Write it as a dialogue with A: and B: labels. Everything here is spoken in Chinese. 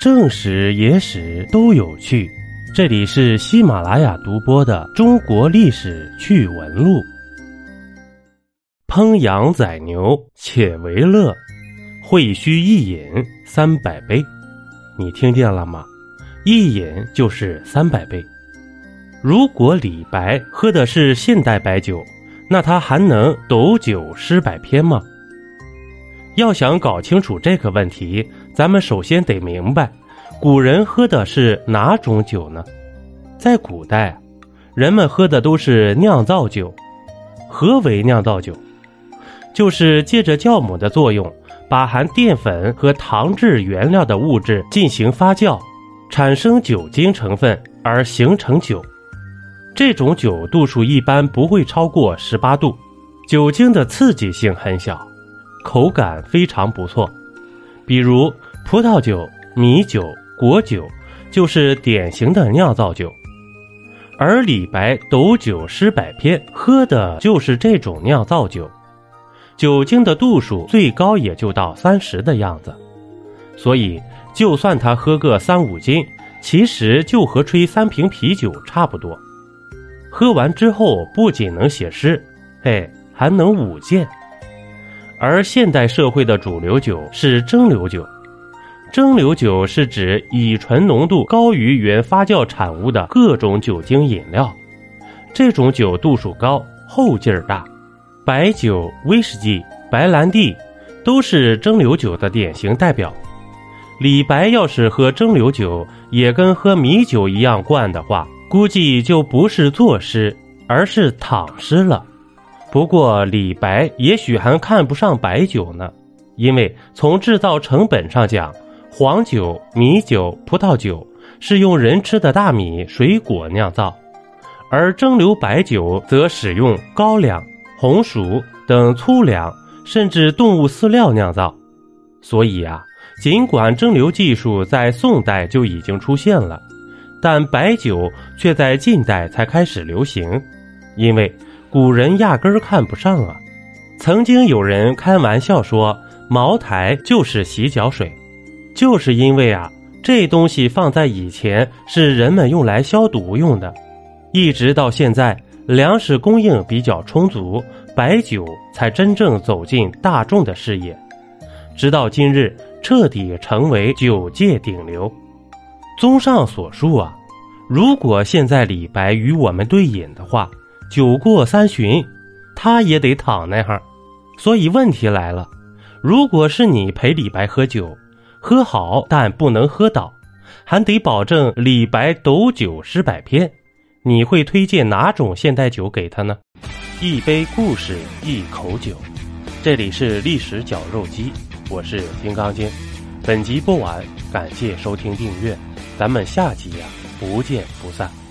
A: 正史野史都有趣，这里是喜马拉雅独播的中国历史趣闻录。烹羊宰牛且为乐，会须一饮300杯。你听见了吗？一饮就是300杯。如果李白喝的是现代白酒，那他还能斗酒诗百篇吗？要想搞清楚这个问题，咱们首先得明白古人喝的是哪种酒呢？在古代，人们喝的都是酿造酒。何为酿造酒？就是借着酵母的作用，把含淀粉和糖制原料的物质进行发酵，产生酒精成分而形成酒。这种酒度数一般不会超过18度，酒精的刺激性很小，口感非常不错。比如葡萄酒、米酒、果酒就是典型的酿造酒。而李白斗酒诗百篇喝的就是这种酿造酒，酒精的度数最高也就到30的样子。所以就算他喝个3-5斤，其实就和吹3瓶啤酒差不多。喝完之后不仅能写诗，还能舞剑。而现代社会的主流酒是蒸馏酒。蒸馏酒是指乙醇浓度高于原发酵产物的各种酒精饮料，这种酒度数高，后劲儿大。白酒、威士忌、白兰地都是蒸馏酒的典型代表。李白要是喝蒸馏酒也跟喝米酒一样灌的话，估计就不是作诗，而是躺诗了。不过李白也许还看不上白酒呢，因为从制造成本上讲，黄酒、米酒、葡萄酒是用人吃的大米、水果酿造，而蒸馏白酒则使用高粱、红薯等粗粮甚至动物饲料酿造。所以尽管蒸馏技术在宋代就已经出现了，但白酒却在近代才开始流行，因为古人压根儿看不上啊。曾经有人开玩笑说茅台就是洗脚水，就是因为这东西放在以前是人们用来消毒用的，一直到现在粮食供应比较充足，白酒才真正走进大众的视野，直到今日彻底成为酒界顶流。综上所述如果现在李白与我们对饮的话，酒过3巡他也得躺那样。所以问题来了，如果是你陪李白喝酒，喝好但不能喝倒，还得保证李白斗酒诗百篇，你会推荐哪种现代酒给他呢？一杯故事，一口酒。这里是历史绞肉机，我是金刚经。本集播完，感谢收听订阅，咱们下集不见不散。